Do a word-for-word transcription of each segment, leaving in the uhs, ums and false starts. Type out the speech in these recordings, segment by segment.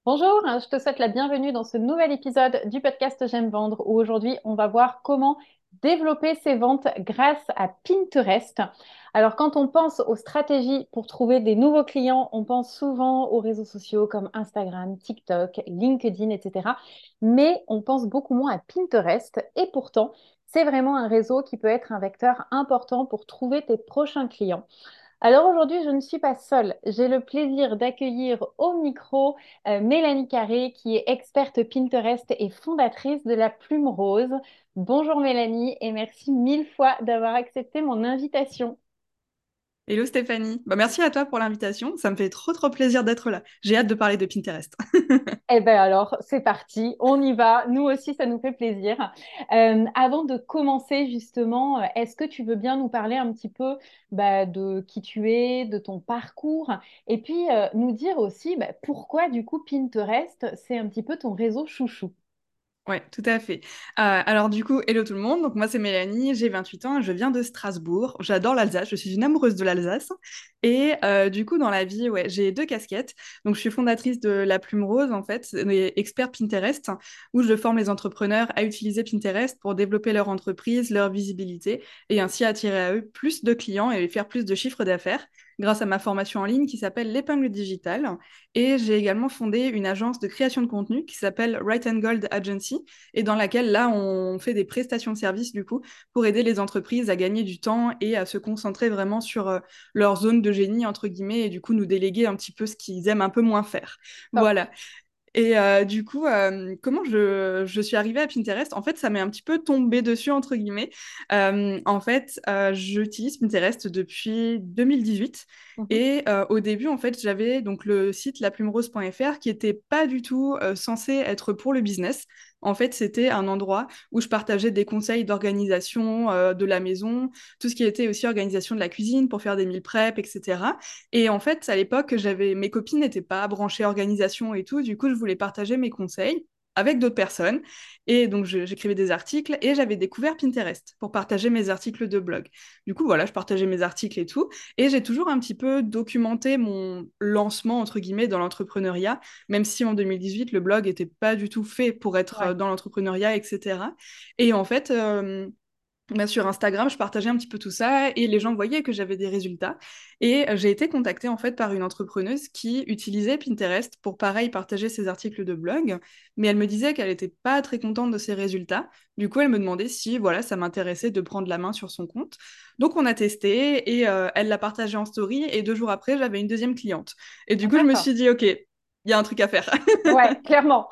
Bonjour, hein, je te souhaite la bienvenue dans ce nouvel épisode du podcast J'aime vendre où aujourd'hui on va voir comment développer ses ventes grâce à Pinterest. Alors quand on pense aux stratégies pour trouver des nouveaux clients, on pense souvent aux réseaux sociaux comme Instagram, TikTok, LinkedIn, et cetera. Mais on pense beaucoup moins à Pinterest et pourtant c'est vraiment un réseau qui peut être un vecteur important pour trouver tes prochains clients. Alors aujourd'hui, je ne suis pas seule. J'ai le plaisir d'accueillir au micro euh, Mélanie Carré, qui est experte Pinterest et fondatrice de la Plume Rose. Bonjour Mélanie et merci mille fois d'avoir accepté mon invitation. Hello Stéphanie, bah, merci à toi pour l'invitation, ça me fait trop trop plaisir d'être là. J'ai hâte de parler de Pinterest. Eh bien alors, c'est parti, on y va. Nous aussi, ça nous fait plaisir. Euh, avant de commencer justement, euh, est-ce que tu veux bien nous parler un petit peu bah, de qui tu es, de ton parcours, et puis euh, nous dire aussi bah, pourquoi du coup Pinterest, c'est un petit peu ton réseau chouchou. Ouais, tout à fait. Euh, alors du coup, hello tout le monde. Donc moi c'est Mélanie, j'ai vingt-huit ans, et je viens de Strasbourg. J'adore l'Alsace, je suis une amoureuse de l'Alsace. Et euh, du coup dans la vie, ouais, j'ai deux casquettes. Donc je suis fondatrice de La Plume Rose en fait, et expert Pinterest, où je forme les entrepreneurs à utiliser Pinterest pour développer leur entreprise, leur visibilité, et ainsi attirer à eux plus de clients et faire plus de chiffres d'affaires grâce à ma formation en ligne qui s'appelle l'épingle digitale. Et j'ai également fondé une agence de création de contenu qui s'appelle Right and Gold Agency et dans laquelle là, on fait des prestations de services du coup pour aider les entreprises à gagner du temps et à se concentrer vraiment sur euh, leur zone de génie entre guillemets et du coup nous déléguer un petit peu ce qu'ils aiment un peu moins faire. Top. Voilà. Et euh, du coup, euh, comment je, je suis arrivée à Pinterest? En fait, ça m'est un petit peu tombé dessus, entre guillemets. Euh, en fait, euh, j'utilise Pinterest depuis deux mille dix-huit. Mhm. Et euh, au début, en fait, j'avais donc le site laplumerose point f r qui était pas du tout euh, censé être pour le business. En fait, c'était un endroit où je partageais des conseils d'organisation euh, de la maison, tout ce qui était aussi organisation de la cuisine pour faire des meal prep, et cetera. Et en fait, à l'époque, j'avais mes copines n'étaient pas branchées organisation et tout, du coup, je voulais partager mes conseils avec d'autres personnes. Et donc, je- j'écrivais des articles et j'avais découvert Pinterest pour partager mes articles de blog. Du coup, voilà, je partageais mes articles et tout. Et j'ai toujours un petit peu documenté mon lancement, entre guillemets, dans l'entrepreneuriat, même si en deux mille dix-huit, le blog n'était pas du tout fait pour être Ouais. euh, dans l'entrepreneuriat, et cetera. Et en fait, euh, bah, sur Instagram, je partageais un petit peu tout ça et les gens voyaient que j'avais des résultats. Et euh, j'ai été contactée en fait par une entrepreneuse qui utilisait Pinterest pour pareil partager ses articles de blog, mais elle me disait qu'elle n'était pas très contente de ses résultats. Du coup, elle me demandait si voilà, ça m'intéressait de prendre la main sur son compte. Donc on a testé et euh, elle l'a partagé en story et deux jours après, j'avais une deuxième cliente. Et du coup, je me D'accord. suis dit, OK, il y a un truc à faire. Ouais, clairement.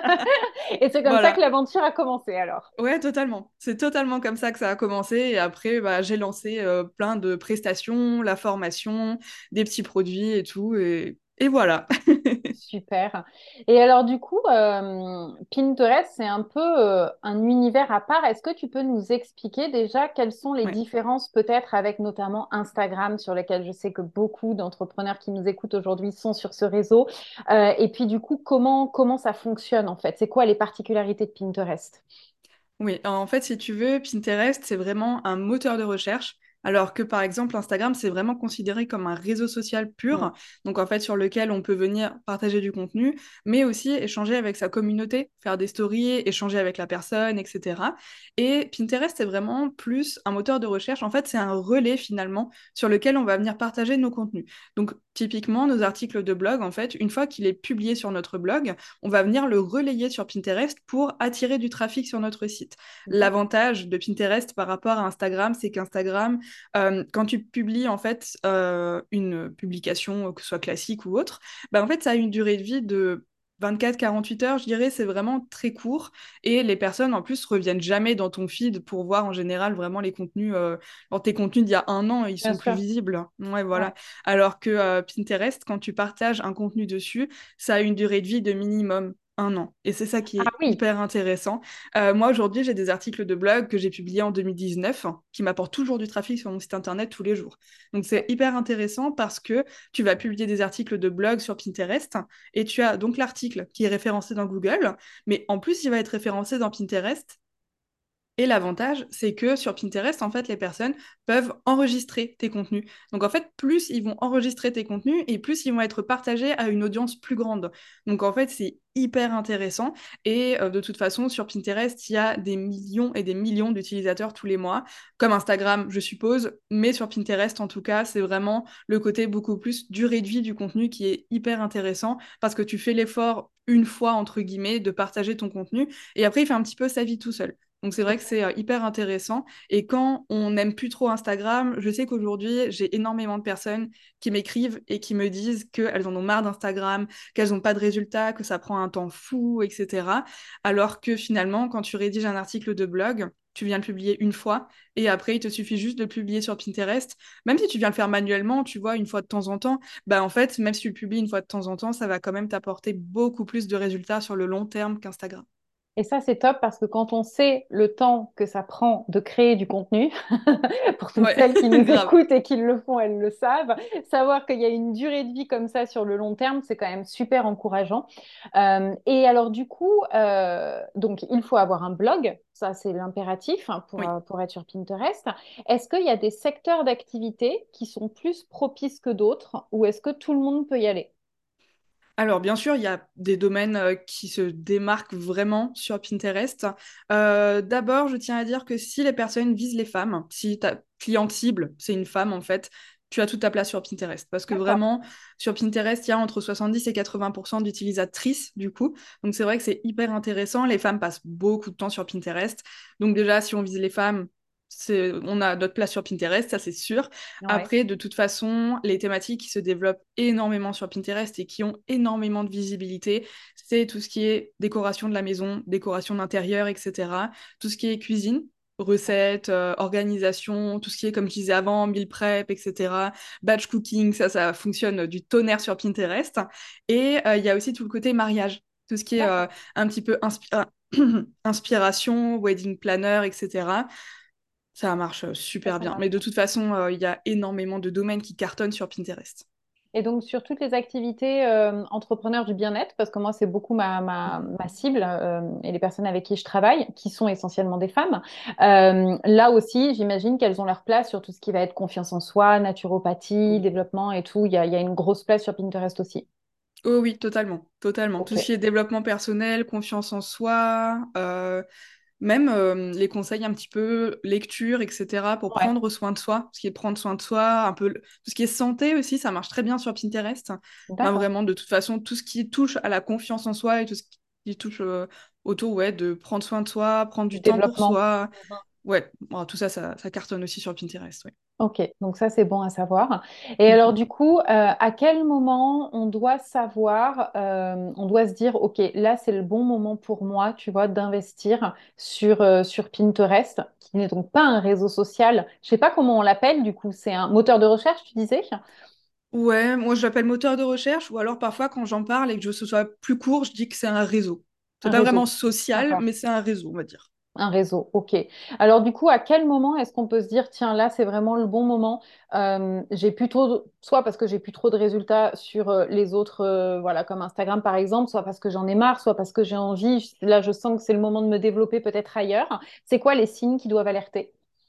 Et c'est comme ça que Voilà. l'aventure a commencé alors. Ouais, totalement. C'est totalement comme ça que ça a commencé. Et après, bah, j'ai lancé euh, plein de prestations, la formation, des petits produits et tout. Et, et voilà. Super. Et alors du coup, euh, Pinterest, c'est un peu euh, un univers à part. Est-ce que tu peux nous expliquer déjà quelles sont les Ouais. différences peut-être avec notamment Instagram, sur lequel je sais que beaucoup d'entrepreneurs qui nous écoutent aujourd'hui sont sur ce réseau. Euh, et puis du coup, comment, comment ça fonctionne en fait? C'est quoi les particularités de Pinterest? Oui, en fait, si tu veux, Pinterest, c'est vraiment un moteur de recherche, alors que par exemple, Instagram, c'est vraiment considéré comme un réseau social Hmm. pur, donc en fait, sur lequel on peut venir partager du contenu, mais aussi échanger avec sa communauté, faire des stories, échanger avec la personne, et cetera. Et Pinterest, c'est vraiment plus un moteur de recherche, en fait, c'est un relais finalement sur lequel on va venir partager nos contenus. Donc, typiquement, nos articles de blog, en fait, une fois qu'il est publié sur notre blog, on va venir le relayer sur Pinterest pour attirer du trafic sur notre site. D'accord. L'avantage de Pinterest par rapport à Instagram, c'est qu'Instagram, euh, quand tu publies en fait euh, une publication, que ce soit classique ou autre, bah, en fait ça a une durée de vie de vingt-quatre à quarante-huit heures, je dirais, c'est vraiment très court. Et les personnes, en plus, reviennent jamais dans ton feed pour voir en général vraiment les contenus. Euh, alors, tes contenus d'il y a un an, ils Bien sont plus sûr. visibles. Ouais, voilà. Ouais. Alors que euh, Pinterest, quand tu partages un contenu dessus, ça a une durée de vie de minimum un an. Et c'est ça qui Ah est oui, hyper intéressant. Euh, moi, aujourd'hui, j'ai des articles de blog que j'ai publiés en deux mille dix-neuf hein, qui m'apportent toujours du trafic sur mon site internet tous les jours. Donc, c'est hyper intéressant parce que tu vas publier des articles de blog sur Pinterest et tu as donc l'article qui est référencé dans Google, mais en plus, il va être référencé dans Pinterest Et l'avantage, c'est que sur Pinterest, en fait, les personnes peuvent enregistrer tes contenus. Donc, en fait, plus ils vont enregistrer tes contenus et plus ils vont être partagés à une audience plus grande. Donc, en fait, c'est hyper intéressant. Et euh, de toute façon, sur Pinterest, il y a des millions et des millions d'utilisateurs tous les mois, comme Instagram, je suppose. Mais sur Pinterest, en tout cas, c'est vraiment le côté beaucoup plus du réduit du contenu qui est hyper intéressant parce que tu fais l'effort une fois, entre guillemets, de partager ton contenu. Et après, il fait un petit peu sa vie tout seul. Donc c'est vrai que c'est euh, hyper intéressant. Et quand on n'aime plus trop Instagram, je sais qu'aujourd'hui, j'ai énormément de personnes qui m'écrivent et qui me disent qu'elles en ont marre d'Instagram, qu'elles n'ont pas de résultats, que ça prend un temps fou, et cetera. Alors que finalement, quand tu rédiges un article de blog, tu viens le publier une fois et après, il te suffit juste de le publier sur Pinterest. Même si tu viens le faire manuellement, tu vois, une fois de temps en temps, bah en fait, même si tu le publies une fois de temps en temps, ça va quand même t'apporter beaucoup plus de résultats sur le long terme qu'Instagram. Et ça, c'est top parce que quand on sait le temps que ça prend de créer du contenu, pour toutes Ouais, celles qui nous grave. écoutent et qui le font, elles le savent, savoir qu'il y a une durée de vie comme ça sur le long terme, c'est quand même super encourageant. Euh, et alors, du coup, euh, donc, il faut avoir un blog, ça, c'est l'impératif hein, pour, Oui. euh, pour être sur Pinterest. Est-ce qu'il y a des secteurs d'activité qui sont plus propices que d'autres ou est-ce que tout le monde peut y aller? Alors, bien sûr, il y a des domaines euh, qui se démarquent vraiment sur Pinterest. Euh, d'abord, je tiens à dire que si les personnes visent les femmes, si ta cliente cible, c'est une femme, en fait, tu as toute ta place sur Pinterest. Parce que D'accord. vraiment, sur Pinterest, il y a entre soixante-dix et quatre-vingts pour cent d'utilisatrices, du coup. Donc, c'est vrai que c'est hyper intéressant. Les femmes passent beaucoup de temps sur Pinterest. Donc, déjà, si on vise les femmes, c'est, on a notre place sur Pinterest, ça c'est sûr. Ouais. Après, de toute façon, les thématiques qui se développent énormément sur Pinterest et qui ont énormément de visibilité, c'est tout ce qui est décoration de la maison, décoration d'intérieur, et cetera. Tout ce qui est cuisine, recettes, euh, organisation, tout ce qui est, comme je disais avant, meal prep, et cetera. Batch cooking, ça, ça fonctionne du tonnerre sur Pinterest. Et euh, il y a aussi tout le côté mariage, tout ce qui est euh, D'accord. un petit peu inspi- inspiration, wedding planner, et cetera. Ça marche euh, Ça, super ça bien. marche Mais de bien. toute façon, euh, il y a énormément de domaines qui cartonnent sur Pinterest. Et donc, sur toutes les activités euh, entrepreneurs du bien-être, parce que moi, c'est beaucoup ma, ma, ma cible euh, et les personnes avec qui je travaille, qui sont essentiellement des femmes. Euh, là aussi, j'imagine qu'elles ont leur place sur tout ce qui va être confiance en soi, naturopathie, Oui. développement et tout. Il y a, il y a une grosse place sur Pinterest aussi. Oh oui, totalement, totalement. Ok. Tout ce qui est développement personnel, confiance en soi, euh, même euh, les conseils un petit peu lecture, et cetera pour Ouais, prendre soin de soi. Ce qui est prendre soin de soi, un peu le- tout ce qui est santé aussi, ça marche très bien sur Pinterest. Enfin, d'accord. vraiment, de toute façon, tout ce qui touche à la confiance en soi et tout ce qui touche euh, autour, ouais, de prendre soin de soi, prendre Du du temps pour développement. soi. Ouais, bon, tout ça, ça, ça cartonne aussi sur Pinterest, ouais. Ok, donc ça c'est bon à savoir. Et alors Mhm. du coup, euh, à quel moment on doit savoir, euh, on doit se dire, ok, là c'est le bon moment pour moi, tu vois, d'investir sur, euh, sur Pinterest, qui n'est donc pas un réseau social. Je sais pas comment on l'appelle, du coup, c'est un moteur de recherche, tu disais? Ouais, moi je l'appelle moteur de recherche, ou alors parfois quand j'en parle et que je, ce soit plus court, je dis que c'est un réseau. C'est Un pas vraiment réseau. social, D'accord. mais c'est un réseau, on va dire. Un réseau, ok. Alors du coup, à quel moment est-ce qu'on peut se dire, tiens, là, c'est vraiment le bon moment. Euh, j'ai plus trop, de- soit parce que j'ai plus trop de résultats sur euh, les autres, euh, voilà, comme Instagram par exemple, soit parce que j'en ai marre, soit parce que j'ai envie. Là, je sens que c'est le moment de me développer peut-être ailleurs. C'est quoi les signes qui doivent alerter?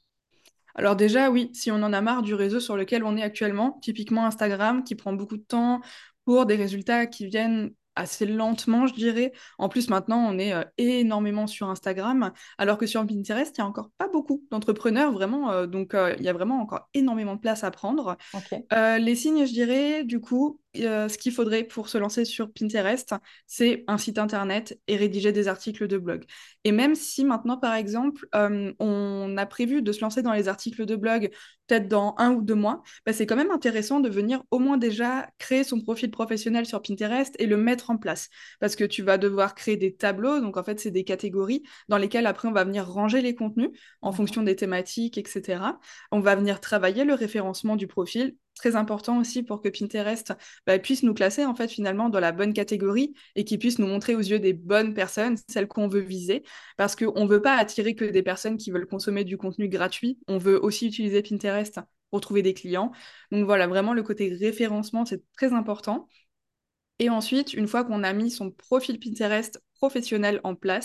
Alors déjà, oui, si on en a marre du réseau sur lequel on est actuellement, typiquement Instagram, qui prend beaucoup de temps pour des résultats qui viennent assez lentement, je dirais. En plus, maintenant, on est euh, énormément sur Instagram, alors que sur Pinterest, il y a encore pas beaucoup d'entrepreneurs, vraiment. Euh, donc, euh, il y a vraiment encore énormément de place à prendre. Ok. Euh, les signes, je dirais, du coup, euh, ce qu'il faudrait pour se lancer sur Pinterest, c'est un site internet et rédiger des articles de blog. Et même si maintenant, par exemple, euh, on a prévu de se lancer dans les articles de blog peut-être dans un ou deux mois, bah, c'est quand même intéressant de venir au moins déjà créer son profil professionnel sur Pinterest et le mettre en place. Parce que tu vas devoir créer des tableaux, donc en fait, c'est des catégories dans lesquelles après, on va venir ranger les contenus en D'accord. fonction des thématiques, et cetera. On va venir travailler le référencement du profil. Très important aussi pour que Pinterest bah, puisse nous classer en fait finalement dans la bonne catégorie et qu'il puisse nous montrer aux yeux des bonnes personnes, celles qu'on veut viser, parce qu'on ne veut pas attirer que des personnes qui veulent consommer du contenu gratuit, on veut aussi utiliser Pinterest pour trouver des clients. Donc voilà, vraiment le côté référencement, c'est très important. Et ensuite, une fois qu'on a mis son profil Pinterest professionnel en place,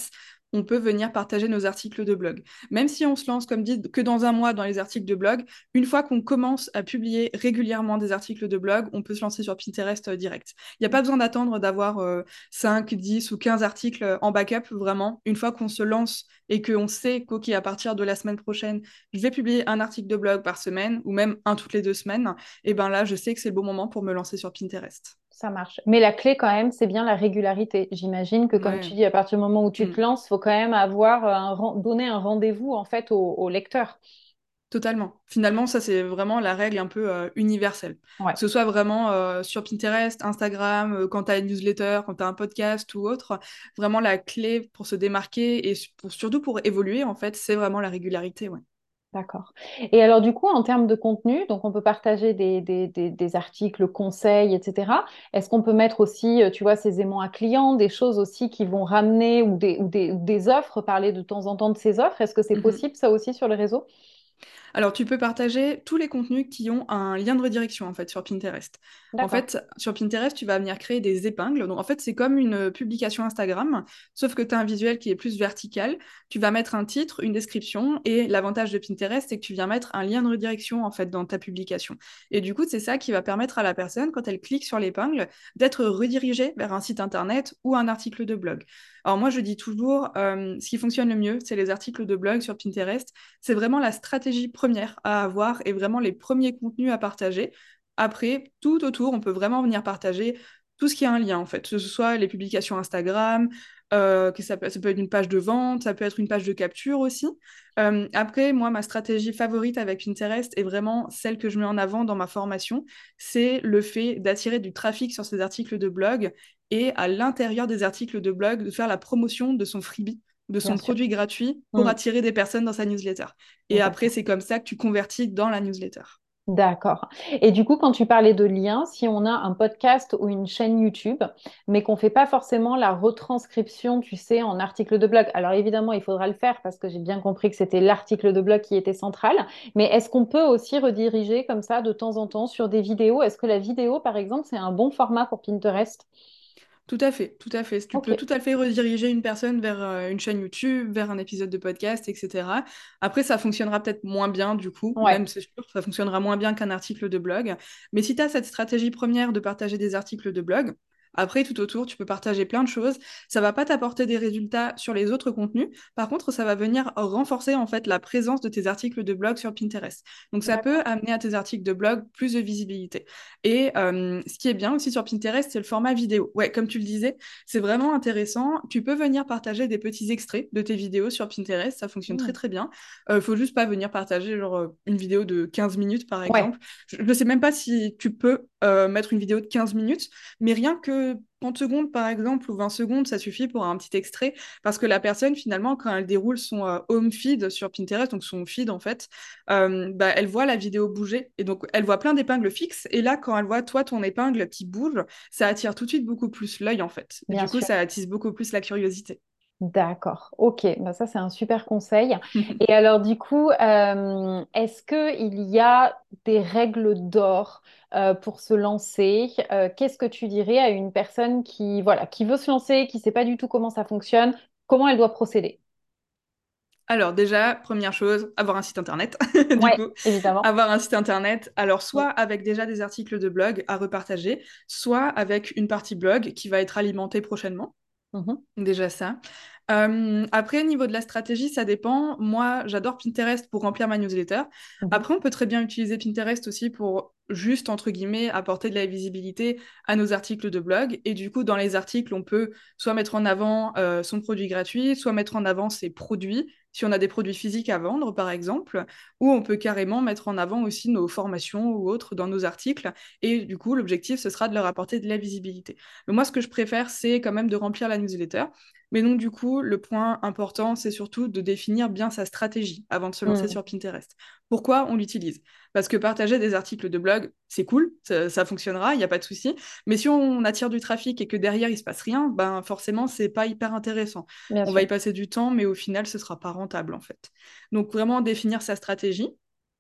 on peut venir partager nos articles de blog. Même si on se lance, comme dit, que dans un mois dans les articles de blog, une fois qu'on commence à publier régulièrement des articles de blog, on peut se lancer sur Pinterest euh, direct. Il n'y a pas besoin d'attendre d'avoir euh, cinq, dix ou quinze articles en backup, vraiment. Une fois qu'on se lance et qu'on sait qu'ok, à partir de la semaine prochaine, je vais publier un article de blog par semaine ou même un toutes les deux semaines, et ben là, je sais que c'est le bon moment pour me lancer sur Pinterest. Ça marche. Mais la clé, quand même, c'est bien la régularité. J'imagine que, comme Ouais. tu dis, à partir du moment où tu te Mm. lances, il faut quand même avoir un, ren- donner un rendez-vous, en fait, au, au lecteur. Totalement. Finalement, ça, c'est vraiment la règle un peu euh, universelle. Ouais. Que ce soit vraiment euh, sur Pinterest, Instagram, euh, quand tu as une newsletter, quand tu as un podcast ou autre, vraiment la clé pour se démarquer et su- pour, surtout pour évoluer, en fait, c'est vraiment la régularité. Ouais. D'accord. Et alors, du coup, en termes de contenu, donc on peut partager des, des, des, des articles, conseils, et cetera. Est-ce qu'on peut mettre aussi, euh, tu vois, ces aimants à clients, des choses aussi qui vont ramener ou des, ou des, ou des offres, parler de temps en temps de ces offres? Est-ce que c'est Mhm. possible, ça aussi, sur les réseaux? Alors, tu peux partager tous les contenus qui ont un lien de redirection, en fait, sur Pinterest. En D'accord. fait, sur Pinterest, tu vas venir créer des épingles. Donc, en fait, c'est comme une publication Instagram, sauf que tu as un visuel qui est plus vertical. Tu vas mettre un titre, une description, et l'avantage de Pinterest, c'est que tu viens mettre un lien de redirection, en fait, dans ta publication. Et du coup, c'est ça qui va permettre à la personne, quand elle clique sur l'épingle, d'être redirigée vers un site internet ou un article de blog. Alors, moi, je dis toujours, euh, ce qui fonctionne le mieux, c'est les articles de blog sur Pinterest. C'est vraiment la stratégie première à avoir et vraiment les premiers contenus à partager. Après, tout autour, on peut vraiment venir partager tout ce qui a un lien, en fait, que ce soit les publications Instagram, euh, que ça peut, ça peut être une page de vente, ça peut être une page de capture aussi. Euh, après, moi, ma stratégie favorite avec Pinterest est vraiment celle que je mets en avant dans ma formation, c'est le fait d'attirer du trafic sur ces articles de blog et à l'intérieur des articles de blog, de faire la promotion de son freebie, de Bien son sûr. produit gratuit pour Hmm. attirer des personnes dans sa newsletter. Et après, D'accord. c'est comme ça que tu convertis dans la newsletter. D'accord. Et du coup, quand tu parlais de liens, si on a un podcast ou une chaîne YouTube, mais qu'on ne fait pas forcément la retranscription, tu sais, en article de blog, alors évidemment, il faudra le faire parce que j'ai bien compris que c'était l'article de blog qui était central, mais est-ce qu'on peut aussi rediriger comme ça de temps en temps sur des vidéos? Est-ce que la vidéo, par exemple, c'est un bon format pour Pinterest? Tout à fait, tout à fait. Tu Ok, peux tout à fait rediriger une personne vers euh, une chaîne YouTube, vers un épisode de podcast, et cetera. Après, ça fonctionnera peut-être moins bien du coup, ouais. même c'est sûr, ça fonctionnera moins bien qu'un article de blog. Mais si tu as cette stratégie première de partager des articles de blog, après, tout autour, tu peux partager plein de choses. Ça va pas t'apporter des résultats sur les autres contenus. Par contre, ça va venir renforcer en fait la présence de tes articles de blog sur Pinterest. Donc, ça peut D'accord. amener à tes articles de blog plus de visibilité. Et euh, ce qui est bien aussi sur Pinterest, c'est le format vidéo. Ouais, comme tu le disais, c'est vraiment intéressant. Tu peux venir partager des petits extraits de tes vidéos sur Pinterest, ça fonctionne Hmm. très très bien. Euh, faut juste pas venir partager genre euh, une vidéo de quinze minutes par Ouais, exemple. Je ne sais même pas si tu peux euh, mettre une vidéo de quinze minutes, mais rien que trente secondes par exemple ou vingt secondes, ça suffit pour un petit extrait parce que la personne finalement quand elle déroule son euh, home feed sur Pinterest, donc son feed en fait, euh, bah, elle voit la vidéo bouger et donc elle voit plein d'épingles fixes et là quand elle voit toi ton épingle qui bouge, ça attire tout de suite beaucoup plus l'œil en fait. Et bien du coup sûr. ça attise beaucoup plus la curiosité. D'accord, ok, bah ça c'est un super conseil. Et alors du coup, euh, est-ce qu'il y a des règles d'or euh, pour se lancer? Euh, qu'est-ce que tu dirais à une personne qui, voilà, qui veut se lancer, qui ne sait pas du tout comment ça fonctionne, comment elle doit procéder? Alors déjà, première chose, avoir un site internet, du Ouais, coup. évidemment. Avoir un site internet, alors Mm. soit avec déjà des articles de blog à repartager, soit avec une partie blog qui va être alimentée prochainement. Mhm, Déjà ça. Euh, après, niveau de la stratégie, ça dépend. Moi, j'adore Pinterest pour remplir ma newsletter. mhm. Après, on peut très bien utiliser Pinterest aussi pour juste, entre guillemets, apporter de la visibilité à nos articles de blog. Et du coup, dans les articles, on peut soit mettre en avant euh, son produit gratuit, soit mettre en avant ses produits, si on a des produits physiques à vendre, par exemple, ou on peut carrément mettre en avant aussi nos formations ou autres dans nos articles. Et du coup, l'objectif, ce sera de leur apporter de la visibilité. Mais moi, ce que je préfère, c'est quand même de remplir la newsletter. Mais donc, du coup, le point important, c'est surtout de définir bien sa stratégie avant de se lancer Mm. sur Pinterest. Pourquoi on l'utilise? Parce que partager des articles de blog, c'est cool, ça, ça fonctionnera, il n'y a pas de souci. Mais si on attire du trafic et que derrière, il ne se passe rien, ben forcément, c'est pas hyper intéressant. Bien On va sûr. y passer du temps, mais au final, ce sera pas rentable, en fait. Donc, vraiment définir sa stratégie.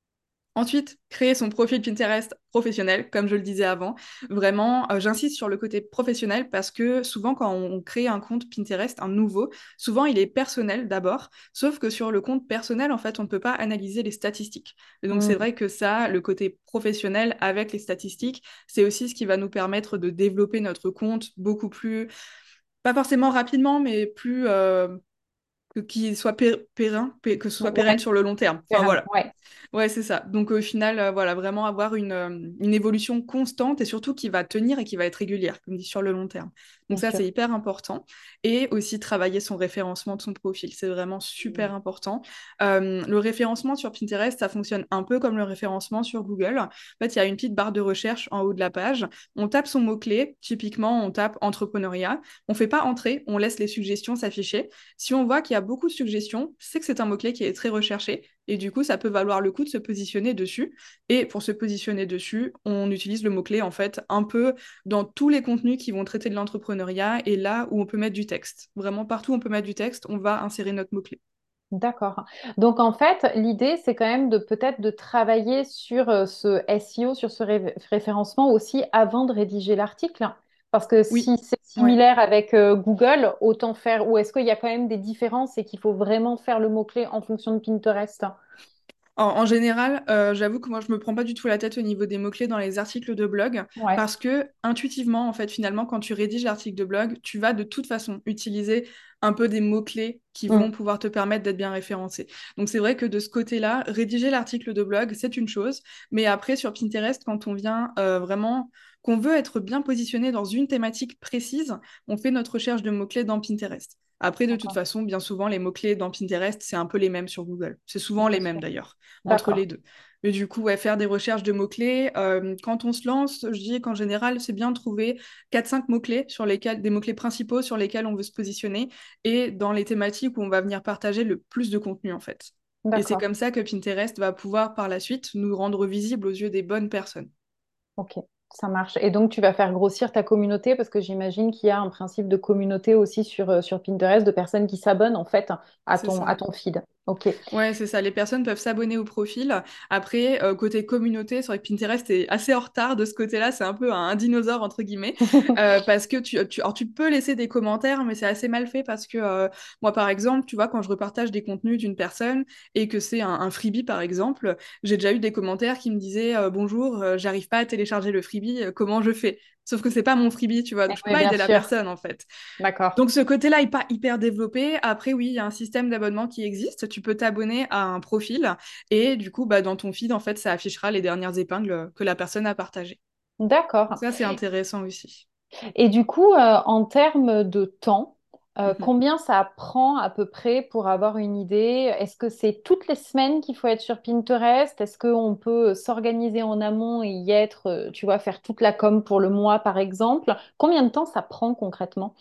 Ensuite, créer son profil Pinterest professionnel, comme je le disais avant. Vraiment, euh, j'insiste sur le côté professionnel parce que souvent, quand on crée un compte Pinterest, un nouveau, souvent il est personnel d'abord, sauf que sur le compte personnel, en fait, on ne peut pas analyser les statistiques. Et donc, c'est Hmm, vrai que ça, le côté professionnel avec les statistiques, c'est aussi ce qui va nous permettre de développer notre compte beaucoup plus, pas forcément rapidement, mais plus, euh, que- qu'il soit pé- périn, pé- que ce soit pérenne ouais, sur le long terme. Enfin, Ferran, voilà. ouais, Ouais, c'est ça. Donc au final, euh, voilà, vraiment avoir une, euh, une évolution constante et surtout qui va tenir et qui va être régulière, comme dit, sur le long terme. Donc bien ça, sûr. c'est hyper important. Et aussi travailler son référencement de son profil. C'est vraiment Hmm, super important. Euh, le référencement sur Pinterest, ça fonctionne un peu comme le référencement sur Google. En fait, il y a une petite barre de recherche en haut de la page. On tape son mot-clé. Typiquement, on tape entrepreneuriat. On fait pas entrer, on laisse les suggestions s'afficher. Si on voit qu'il y a beaucoup de suggestions, c'est que c'est un mot-clé qui est très recherché. Et du coup, ça peut valoir le coup de se positionner dessus. Et pour se positionner dessus, on utilise le mot-clé, en fait, un peu dans tous les contenus qui vont traiter de l'entrepreneuriat et là où on peut mettre du texte. Vraiment, partout où on peut mettre du texte, on va insérer notre mot-clé. d'accord. Donc en fait, l'idée, c'est quand même de peut-être de travailler sur euh, ce S E O, sur ce ré- référencement aussi avant de rédiger l'article. Parce que Oui, si c'est ouais. similaire avec euh, Google, autant faire, ou est-ce qu'il y a quand même des différences et qu'il faut vraiment faire le mot-clé en fonction de Pinterest? En, en général, euh, j'avoue que moi, je me prends pas du tout la tête au niveau des mots-clés dans les articles de blog, Ouais. parce que intuitivement, en fait, finalement, quand tu rédiges l'article de blog, tu vas de toute façon utiliser un peu des mots-clés qui vont Mm. pouvoir te permettre d'être bien référencé. Donc c'est vrai que de ce côté-là, rédiger l'article de blog, c'est une chose, mais après, sur Pinterest, quand on vient euh, vraiment, qu'on veut être bien positionné dans une thématique précise, on fait notre recherche de mots-clés dans Pinterest. Après, de toute D'accord. façon, bien souvent, les mots-clés dans Pinterest, c'est un peu les mêmes sur Google. C'est souvent Bien les mêmes sûr. d'ailleurs entre D'accord. les deux. Mais du coup, ouais, faire des recherches de mots-clés, euh, quand on se lance, je dis qu'en général, c'est bien de trouver quatre cinq mots-clés sur lesquels, des mots-clés principaux sur lesquels on veut se positionner et dans les thématiques où on va venir partager le plus de contenu en fait. Et c'est D'accord. comme ça que Pinterest va pouvoir par la suite nous rendre visibles aux yeux des bonnes personnes. Ok, ça marche. Et donc, tu vas faire grossir ta communauté parce que j'imagine qu'il y a un principe de communauté aussi sur, euh, sur Pinterest, de personnes qui s'abonnent en fait à C'est ton, à ça. ton feed. Ok. Ouais, c'est ça. Les personnes peuvent s'abonner au profil. Après, euh, côté communauté, c'est vrai que Pinterest est assez en retard de ce côté-là. C'est un peu un, un dinosaure, entre guillemets. Euh, parce que tu, tu, alors tu peux laisser des commentaires, mais c'est assez mal fait parce que euh, moi, par exemple, tu vois, quand je repartage des contenus d'une personne et que c'est un, un freebie, par exemple, j'ai déjà eu des commentaires qui me disaient euh, Bonjour, euh, j'arrive pas à télécharger le freebie, euh, comment je fais? Sauf que c'est pas mon freebie, tu vois, Eh donc je peux oui, pas bien aider la sûr. personne, en fait. D'accord. Donc ce côté-là est pas hyper développé. Après, oui, il y a un système d'abonnement qui existe. Tu peux t'abonner à un profil et du coup, bah, dans ton feed, en fait, ça affichera les dernières épingles que la personne a partagées. Donc D'accord. ça, c'est intéressant aussi. Et du coup, euh, en termes de temps, euh, Mhm. combien ça prend à peu près pour avoir une idée? Est-ce que c'est toutes les semaines qu'il faut être sur Pinterest? Est-ce qu'on peut s'organiser en amont et y être, euh, tu vois, faire toute la com pour le mois, par exemple? Combien de temps ça prend concrètement?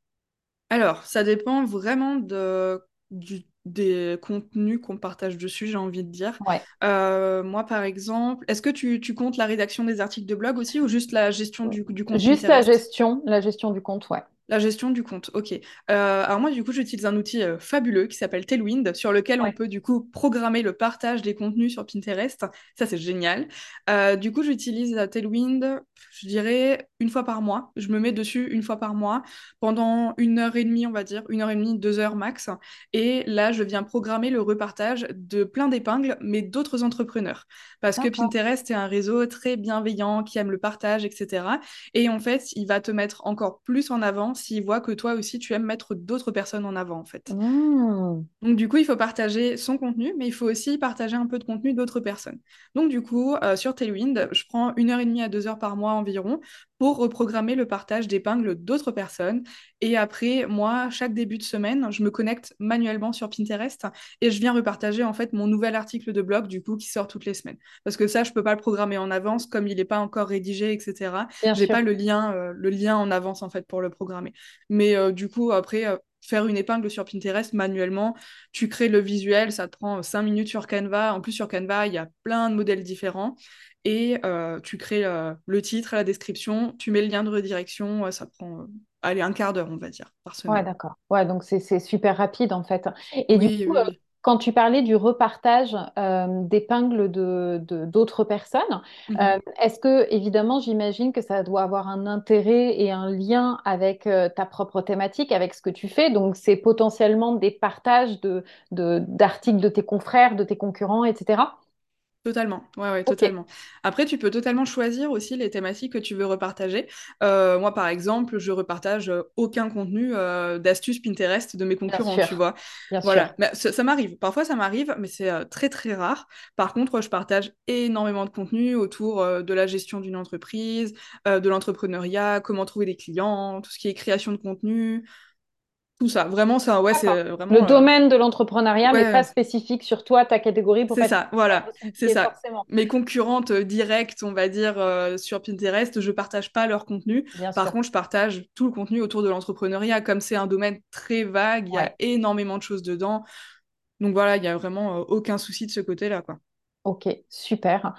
Alors, ça dépend vraiment de, du- des contenus qu'on partage dessus, j'ai envie de dire. Ouais. Euh, moi, par exemple, est-ce que tu, tu comptes la rédaction des articles de blog aussi ou juste la gestion du, du compte Juste la Pinterest? gestion, la gestion du compte, ouais. La gestion du compte, ok. Euh, alors moi, du coup, j'utilise un outil euh, fabuleux qui s'appelle Tailwind, sur lequel on Ouais. peut du coup programmer le partage des contenus sur Pinterest. Ça, c'est génial. Euh, du coup, j'utilise euh, Tailwind, je dirais une fois par mois. Je me mets dessus une fois par mois pendant une heure et demie, on va dire, une heure et demie, deux heures max. Et là, je viens programmer le repartage de plein d'épingles, mais d'autres entrepreneurs. Parce que D'accord. Pinterest est un réseau très bienveillant, qui aime le partage, et cetera. Et en fait, il va te mettre encore plus en avant s'il voit que toi aussi, tu aimes mettre d'autres personnes en avant, en fait. Mmh. Donc du coup, il faut partager son contenu, mais il faut aussi partager un peu de contenu d'autres personnes. Donc du coup, euh, sur Tailwind, je prends une heure et demie à deux heures par mois environ pour reprogrammer le partage d'épingles d'autres personnes. Et après, moi, chaque début de semaine, je me connecte manuellement sur Pinterest et je viens repartager en fait mon nouvel article de blog du coup qui sort toutes les semaines. Parce que ça, je peux pas le programmer en avance comme il n'est pas encore rédigé, et cetera. Bien J'ai sûr. pas le lien, euh, le lien en avance en fait pour le programmer. Mais euh, du coup, après. euh, faire une épingle sur Pinterest manuellement, tu crées le visuel, ça te prend cinq minutes sur Canva. En plus, sur Canva, il y a plein de modèles différents. Et euh, tu crées euh, le titre, la description, tu mets le lien de redirection. euh, ça prend, euh, allez, un quart d'heure, on va dire, par Ouais, semaine. d'accord. Ouais, donc c'est c'est super rapide en fait. Et du Oui, coup, oui, oui. Quand tu parlais du repartage euh, d'épingles de, de- d'autres personnes, euh, Mhm. est-ce que, évidemment, j'imagine que ça doit avoir un intérêt et un lien avec euh, ta propre thématique, avec ce que tu fais. Donc, c'est potentiellement des partages de, de- d'articles de tes confrères, de tes concurrents, et cetera. Totalement, ouais, ouais, Ok, totalement. Après, tu peux totalement choisir aussi les thématiques que tu veux repartager. Euh, moi, par exemple, je repartage euh, aucun contenu euh, d'astuces Pinterest de mes bien concurrents, tu sûr, vois. bien Voilà, sûr. mais ça, ça m'arrive. Parfois, ça m'arrive, mais c'est euh, très, très rare. Par contre, je partage énormément de contenu autour euh, de la gestion d'une entreprise, euh, de l'entrepreneuriat, comment trouver des clients, tout ce qui est création de contenu, tout ça. Vraiment, ça, ouais, D'accord. c'est Le vraiment... euh, domaine de l'entrepreneuriat, mais pas ouais, spécifique sur toi, ta catégorie, pour c'est pas te ça, faire voilà, de son c'est pied ça. forcément. Mes concurrentes euh, directes, on va dire, euh, sur Pinterest, je partage pas leur contenu. Bien Par sûr. contre, je partage tout le contenu autour de l'entrepreneuriat. Comme c'est un domaine très vague, il y a Ouais. énormément de choses dedans. Donc voilà, il y a vraiment euh, aucun souci de ce côté-là, quoi. Ok, super.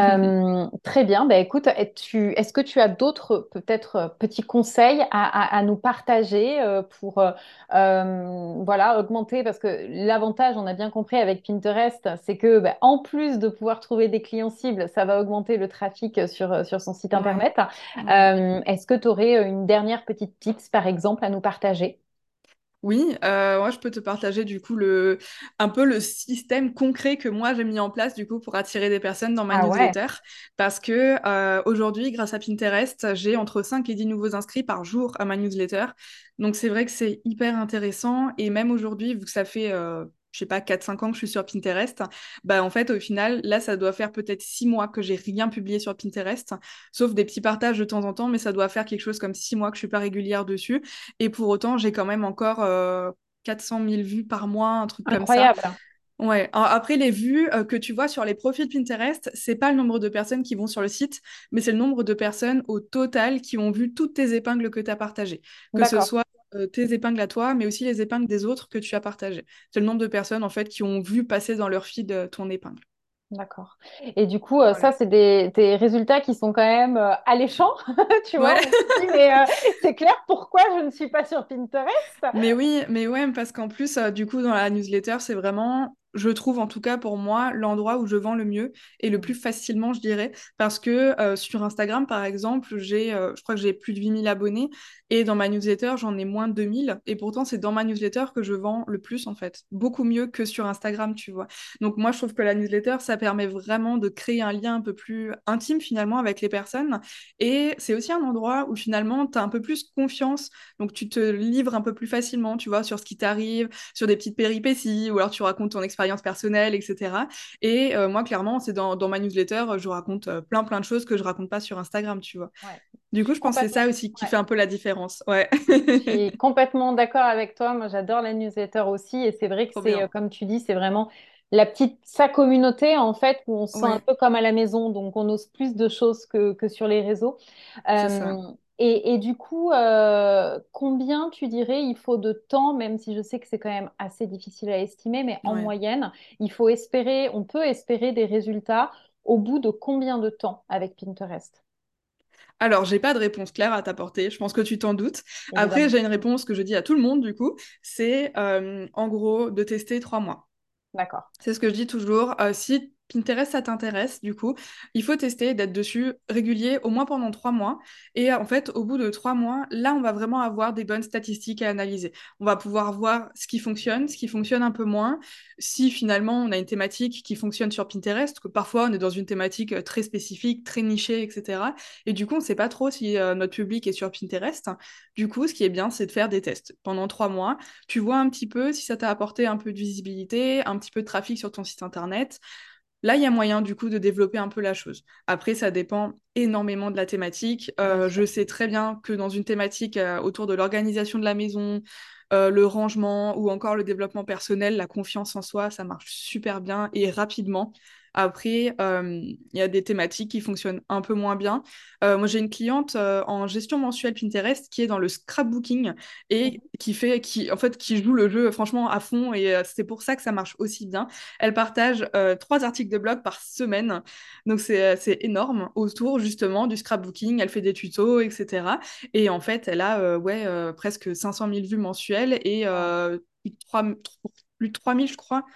Euh, très bien. Ben, écoute, es-tu- est-ce que tu as d'autres peut-être euh, petits conseils à, à- à nous partager euh, pour euh, euh, voilà, augmenter? Parce que l'avantage, on a bien compris avec Pinterest, c'est que ben, en plus de pouvoir trouver des clients cibles, ça va augmenter le trafic sur, sur son site Ouais, internet. ouais. Euh, est-ce que tu aurais une dernière petite tips, par exemple, à nous partager? Oui, euh, moi je peux te partager du coup le un peu le système concret que moi j'ai mis en place du coup pour attirer des personnes dans ma Ah ouais, newsletter parce que euh, aujourd'hui grâce à Pinterest j'ai entre cinq et dix nouveaux inscrits par jour à ma newsletter, donc c'est vrai que c'est hyper intéressant et même aujourd'hui vu que ça fait euh, je sais pas quatre cinq ans que je suis sur Pinterest, bah en fait au final là ça doit faire peut-être six mois que j'ai rien publié sur Pinterest sauf des petits partages de temps en temps, mais ça doit faire quelque chose comme six mois que je suis pas régulière dessus. Et pour autant, j'ai quand même encore euh, quatre cent mille vues par mois, un truc comme ça. incroyable. Ouais. A- Après, les vues euh, que tu vois sur les profils Pinterest, c'est pas le nombre de personnes qui vont sur le site, mais c'est le nombre de personnes au total qui ont vu toutes tes épingles que tu as partagées. Que ce D'accord. soit euh, tes épingles à toi, mais aussi les épingles des autres que tu as partagées. C'est le nombre de personnes, en fait, qui ont vu passer dans leur feed euh, ton épingle. D'accord. Et du coup, euh, Voilà. ça, c'est des, des résultats qui sont quand même euh, alléchants. Tu Ouais. vois, on se dit, mais euh, c'est clair, pourquoi je ne suis pas sur Pinterest? Mais oui, mais ouais, parce qu'en plus, euh, du coup, dans la newsletter, c'est vraiment, je trouve en tout cas pour moi, l'endroit où je vends le mieux et le plus facilement, je dirais. Parce que euh, sur Instagram, par exemple, j'ai, euh, je crois que j'ai plus de huit mille abonnés et dans ma newsletter, j'en ai moins de deux mille. Et pourtant, c'est dans ma newsletter que je vends le plus, en fait. Beaucoup mieux que sur Instagram, tu vois. Donc, moi, je trouve que la newsletter, ça permet vraiment de créer un lien un peu plus intime, finalement, avec les personnes. Et c'est aussi un endroit où, finalement, tu as un peu plus confiance donc tu te livres un peu plus facilement, tu vois, sur ce qui t'arrive, sur des petites péripéties, ou alors tu racontes ton expérience personnelle, et cetera. Et euh, moi, clairement, c'est dans, dans ma newsletter, euh, je raconte euh, plein plein de choses que je raconte pas sur Instagram, tu vois. Ouais, Du je coup, suis je pense que c'est complètement, ça aussi qui ouais, fait un peu la différence. Ouais. je suis complètement d'accord avec toi. Moi, j'adore la newsletter aussi. Et c'est vrai que Trop c'est, euh, bien. comme tu dis, c'est vraiment la petite, sa communauté, en fait, où on se sent un Ouais, peu comme à la maison. Donc, on ose plus de choses que, que sur les réseaux. c'est Euh, ça. et, et du coup, euh, combien tu dirais il faut de temps, même si je sais que c'est quand même assez difficile à estimer, mais en Ouais. moyenne, il faut espérer, on peut espérer des résultats au bout de combien de temps avec Pinterest, Alors, j'ai pas de réponse claire à t'apporter, je pense que tu t'en doutes. Après, évidemment. j'ai une réponse que je dis à tout le monde, du coup, c'est euh, en gros de tester trois mois. D'accord. C'est ce que je dis toujours. Euh, si Pinterest, ça t'intéresse, du coup, il faut tester d'être dessus régulier, au moins pendant trois mois. Et euh, en fait, au bout de trois mois, là, on va vraiment avoir des bonnes statistiques à analyser. On va pouvoir voir ce qui fonctionne, ce qui fonctionne un peu moins. Si finalement, on a une thématique qui fonctionne sur Pinterest, que parfois, on est dans une thématique euh, très spécifique, très nichée, et cetera. Et du coup, on ne sait pas trop si euh, notre public est sur Pinterest. Du coup, ce qui est bien, c'est de faire des tests pendant trois mois. Tu vois un petit peu si ça t'a apporté un peu de visibilité, un petit peu de trafic sur ton site internet. Là, il y a moyen du coup de développer un peu la chose. Après, ça dépend énormément de la thématique. Bien Euh, sûr. je sais très bien que dans une thématique euh, autour de l'organisation de la maison, euh, le rangement ou encore le développement personnel, la confiance en soi, ça marche super bien et rapidement. Après, euh, il y a des thématiques qui fonctionnent un peu moins bien. Euh, moi, j'ai une cliente euh, en gestion mensuelle Pinterest qui est dans le scrapbooking et qui fait, qui en fait, qui joue le jeu franchement à fond et euh, c'est pour ça que ça marche aussi bien. Elle partage euh, trois articles de blog par semaine, donc c'est euh, c'est énorme autour justement du scrapbooking. Elle fait des tutos, et cetera. Et en fait, elle a euh, ouais euh, presque cinq cent mille vues mensuelles et Wow. euh, plus de trois plus de trois mille, je crois,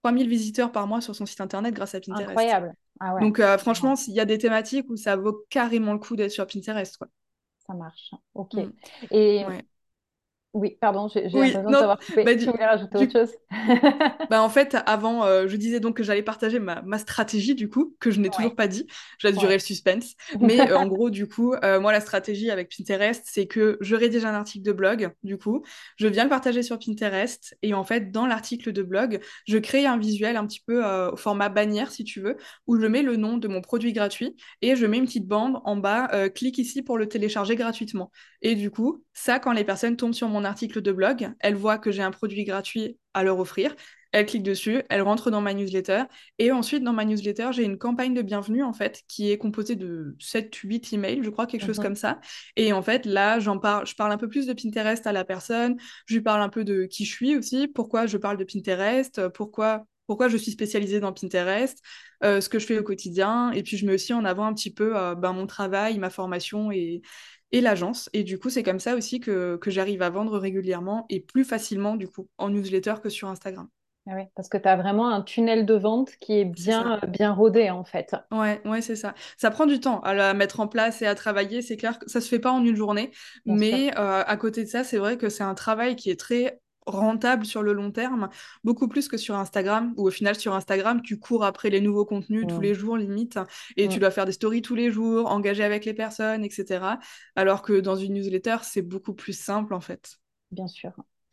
trois mille visiteurs par mois sur son site internet grâce à Pinterest. Incroyable. Ah ouais, Donc, euh, carrément. franchement, s'il y a des thématiques où ça vaut carrément le coup d'être sur Pinterest, quoi. Ça marche. Ok. Mm. Et Ouais. oui, pardon, j'ai j'ai Oui, l'impression de non, t'avoir coupé. bah, Tu du, voulais rajouter autre du, chose? bah en fait, avant, euh, je disais donc que j'allais partager ma, ma stratégie, du coup, que je n'ai Ouais, toujours pas dit. Je laisse durer ouais. le suspense. Mais euh, en gros, du coup, euh, moi, la stratégie avec Pinterest, c'est que je rédige un article de blog, du coup, je viens le partager sur Pinterest. Et en fait, dans l'article de blog, je crée un visuel un petit peu euh, au format bannière, si tu veux, où je mets le nom de mon produit gratuit et je mets une petite bande en bas, euh, clique ici pour le télécharger gratuitement. Et du coup, ça, quand les personnes tombent sur mon article de blog, elles voient que j'ai un produit gratuit à leur offrir. Elles cliquent dessus, elles rentrent dans ma newsletter. Et ensuite, dans ma newsletter, j'ai une campagne de bienvenue, en fait, qui est composée de sept huit emails, je crois, quelque chose Mhm. comme ça. Et en fait, là, j'en parle, je parle un peu plus de Pinterest à la personne. Je lui parle un peu de qui je suis aussi, pourquoi je parle de Pinterest, pourquoi pourquoi je suis spécialisée dans Pinterest, euh, ce que je fais au quotidien. Et puis, je mets aussi en avant un petit peu euh, ben, mon travail, ma formation et, et l'agence. Et du coup, c'est comme ça aussi que, que j'arrive à vendre régulièrement et plus facilement, du coup, en newsletter que sur Instagram. Ah oui, parce que tu as vraiment un tunnel de vente qui est C'est ça. bien, euh, bien rodé, en fait. Ouais, ouais, c'est ça. Ça prend du temps à la mettre en place et à travailler. C'est clair que ça se fait pas en une journée. Bien sûr. Mais euh, à côté de ça, c'est vrai que c'est un travail qui est très rentable sur le long terme, beaucoup plus que sur Instagram, où au final, sur Instagram, tu cours après les nouveaux contenus tous Mm. les jours, limite, et tu Mm. dois faire des stories tous les jours, engager avec les personnes, et cetera. Alors que dans une newsletter, c'est beaucoup plus simple, en fait. Bien sûr.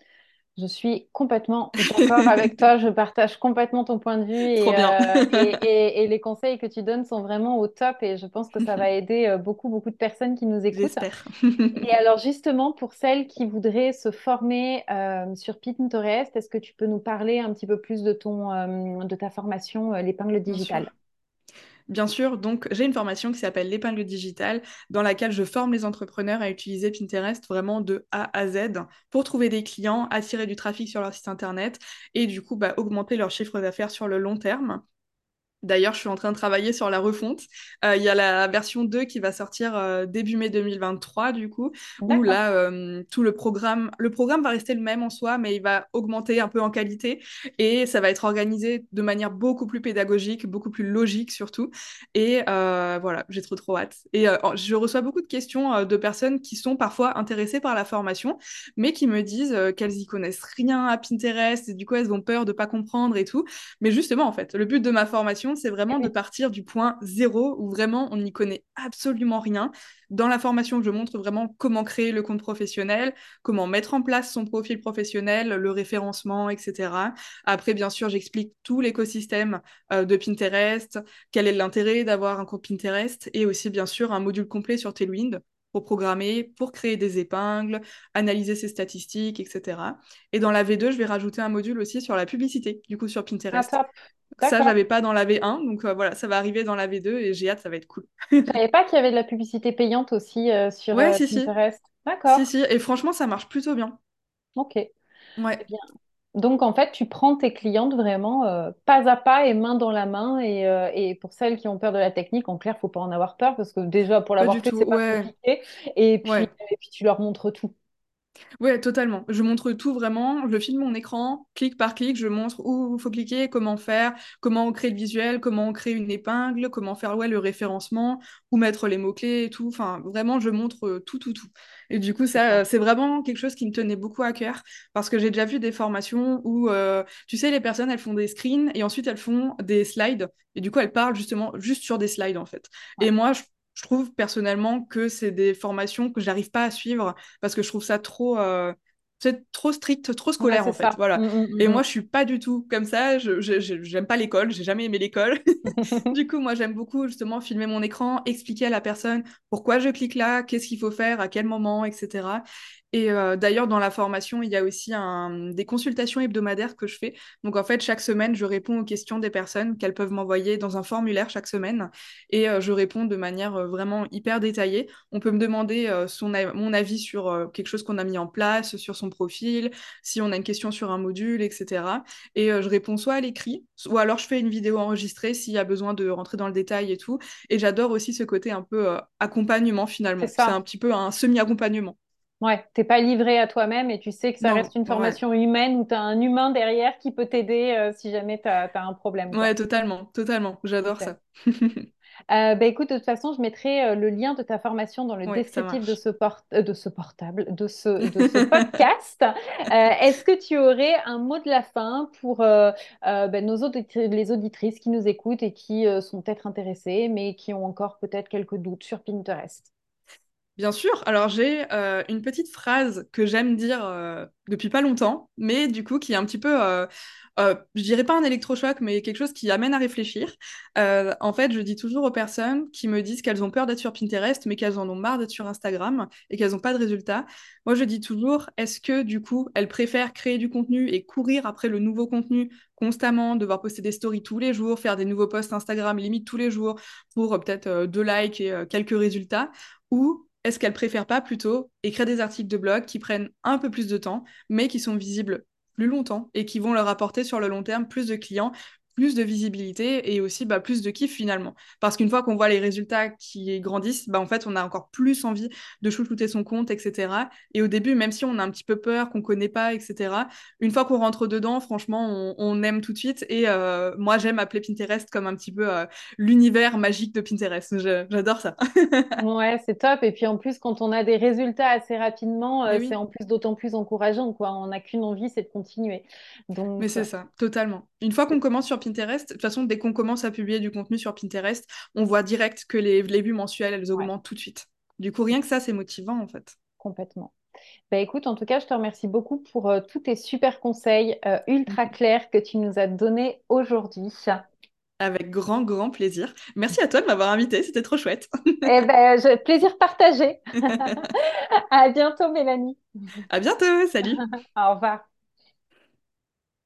Je suis complètement d'accord avec toi. Je partage complètement ton point de vue Trop et, bien. euh, et, et- et les conseils que tu donnes sont vraiment au top et je pense que ça va aider euh, beaucoup, beaucoup de personnes qui nous écoutent. J'espère. Et alors justement, pour celles qui voudraient se former euh, sur Pinterest, est-ce que tu peux nous parler un petit peu plus de ton, euh, de ta formation, euh, l'épingle Bien digitale? sûr. Bien sûr, donc j'ai une formation qui s'appelle l'épingle digitale, dans laquelle je forme les entrepreneurs à utiliser Pinterest vraiment de A à Z pour trouver des clients, attirer du trafic sur leur site internet et du coup bah, augmenter leur chiffre d'affaires sur le long terme. D'ailleurs, je suis en train de travailler sur la refonte. Euh, Il y a la version deux qui va sortir euh, début mai deux mille vingt-trois, du coup, où D'accord. là, euh, tout le programme, le programme va rester le même en soi, mais il va augmenter un peu en qualité et ça va être organisé de manière beaucoup plus pédagogique, beaucoup plus logique surtout. Et euh, voilà, j'ai trop trop hâte. Et euh, je reçois beaucoup de questions euh, de personnes qui sont parfois intéressées par la formation, mais qui me disent euh, qu'elles y connaissent rien à Pinterest et du coup elles ont peur de pas comprendre et tout. Mais justement, en fait, le but de ma formation, c'est Eh vraiment de oui, partir du point zéro où vraiment on n'y connaît absolument rien. Dans la formation, je montre vraiment comment créer le compte professionnel, comment mettre en place son profil professionnel, le référencement, et cetera. Après, bien sûr, j'explique tout l'écosystème euh, de Pinterest, quel est l'intérêt d'avoir un compte Pinterest et aussi, bien sûr, un module complet sur Tailwind pour programmer, pour créer des épingles, analyser ses statistiques, et cetera. Et dans la V deux, je vais rajouter un module aussi sur la publicité, du coup sur ah, Pinterest. top. Ça, D'accord. j'avais pas dans la V un, donc euh, voilà, ça va arriver dans la V deux et j'ai hâte, ça va être cool. Je savais pas qu'il y avait de la publicité payante aussi euh, sur Ouais, euh, si, si. Pinterest. Si, D'accord. si. Et franchement, ça marche plutôt bien. Ok. Eh Ouais. bien, donc, en fait, tu prends tes clientes vraiment euh, pas à pas et main dans la main. Et, euh, et pour celles qui ont peur de la technique, en clair, faut pas en avoir peur parce que déjà, pour Pas l'avoir du fait, tout. c'est pas Ouais. compliqué. Et puis, Ouais. et puis, tu leur montres tout. Ouais, totalement. Je montre tout vraiment. Je filme mon écran, clic par clic, je montre où il faut cliquer, comment faire, comment on crée le visuel, comment on crée une épingle, comment faire ouais, le référencement, où mettre les mots-clés et tout. Enfin, vraiment, je montre euh, tout, tout, tout. Et du coup, ça, Super. euh, c'est vraiment quelque chose qui me tenait beaucoup à cœur parce que j'ai déjà vu des formations où, euh, tu sais, les personnes, elles font des screens et ensuite elles font des slides. Et du coup, elles parlent justement juste sur des slides, en fait. Ouais. Et moi, je je trouve personnellement que c'est des formations que j'arrive pas à suivre parce que je trouve ça trop, euh, c'est trop strict, trop Ouais, scolaire c'est en fait. ça. Voilà. Mm, mm, Et mm, moi, mm. je suis pas du tout comme ça. Je, je- je- j'aime pas l'école. J'ai jamais aimé l'école. Du coup, moi, j'aime beaucoup justement filmer mon écran, expliquer à la personne pourquoi je clique là, qu'est-ce qu'il faut faire, à quel moment, et cetera. Et euh, d'ailleurs, dans la formation, il y a aussi un, des consultations hebdomadaires que je fais. Donc, en fait, chaque semaine, je réponds aux questions des personnes qu'elles peuvent m'envoyer dans un formulaire chaque semaine. Et euh, je réponds de manière euh, vraiment hyper détaillée. On peut me demander euh, son, a- mon avis sur euh, quelque chose qu'on a mis en place, sur son profil, si on a une question sur un module, et cetera. Et euh, je réponds soit à l'écrit, ou alors je fais une vidéo enregistrée s'il y a besoin de rentrer dans le détail et tout. Et j'adore aussi ce côté un peu euh, accompagnement C'est finalement. C'est un ça. petit peu un semi-accompagnement. Ouais, t'es pas livré à toi-même et tu sais que ça Non, reste une ouais. formation humaine où tu as un humain derrière qui peut t'aider euh, si jamais tu as, un problème, Ouais, quoi. totalement, totalement. J'adore Super. ça. Euh, bah, écoute, de toute façon, je mettrai euh, le lien de ta formation dans le Ouais, ça descriptif de marche. ce, port- euh, de ce portable, de ce, de ce podcast. Euh, est-ce que tu aurais un mot de la fin pour euh, euh, ben, nos auditri- les auditrices qui nous écoutent et qui euh, sont peut-être intéressées, mais qui ont encore peut-être quelques doutes sur Pinterest? Bien sûr, alors j'ai euh, une petite phrase que j'aime dire euh, depuis pas longtemps, mais du coup qui est un petit peu, euh, euh, je dirais pas un électrochoc, mais quelque chose qui amène à réfléchir. Euh, en fait, je dis toujours aux personnes qui me disent qu'elles ont peur d'être sur Pinterest, mais qu'elles en ont marre d'être sur Instagram et qu'elles n'ont pas de résultats. Moi, je dis toujours, est-ce que du coup, elles préfèrent créer du contenu et courir après le nouveau contenu constamment, devoir poster des stories tous les jours, faire des nouveaux posts Instagram limite tous les jours pour euh, peut-être euh, deux likes et euh, quelques résultats, ou est-ce qu'elles préfèrent pas plutôt écrire des articles de blog qui prennent un peu plus de temps, mais qui sont visibles plus longtemps et qui vont leur apporter sur le long terme plus de clients, plus de visibilité et aussi bah, plus de kiff finalement. Parce qu'une fois qu'on voit les résultats qui grandissent, bah, en fait, on a encore plus envie de chouchouter son compte, et cetera. Et au début, même si on a un petit peu peur, qu'on connaît pas, et cetera, une fois qu'on rentre dedans, franchement, on, on aime tout de suite. Et euh, moi, j'aime appeler Pinterest comme un petit peu euh, l'univers magique de Pinterest. Je- J'adore ça. Ouais, c'est top. Et puis en plus, quand on a des résultats assez rapidement, euh, Mais c'est oui. en plus d'autant plus encourageant, quoi. On n'a qu'une envie, c'est de continuer. Mais Donc, c'est ça, totalement. Une fois qu'on commence sur Pinterest, de toute façon, dès qu'on commence à publier du contenu sur Pinterest, on voit direct que les, les vues mensuelles, elles ouais, augmentent tout de suite. Du coup, rien que ça, c'est motivant, en fait. complètement. Bah, écoute, en tout cas, je te remercie beaucoup pour euh, tous tes super conseils euh, ultra clairs que tu nous as donnés aujourd'hui. Avec grand, grand plaisir. Merci à toi de m'avoir invité, c'était trop chouette. Eh ben, je- plaisir partagé. À bientôt, Mélanie. À bientôt, salut! Au revoir.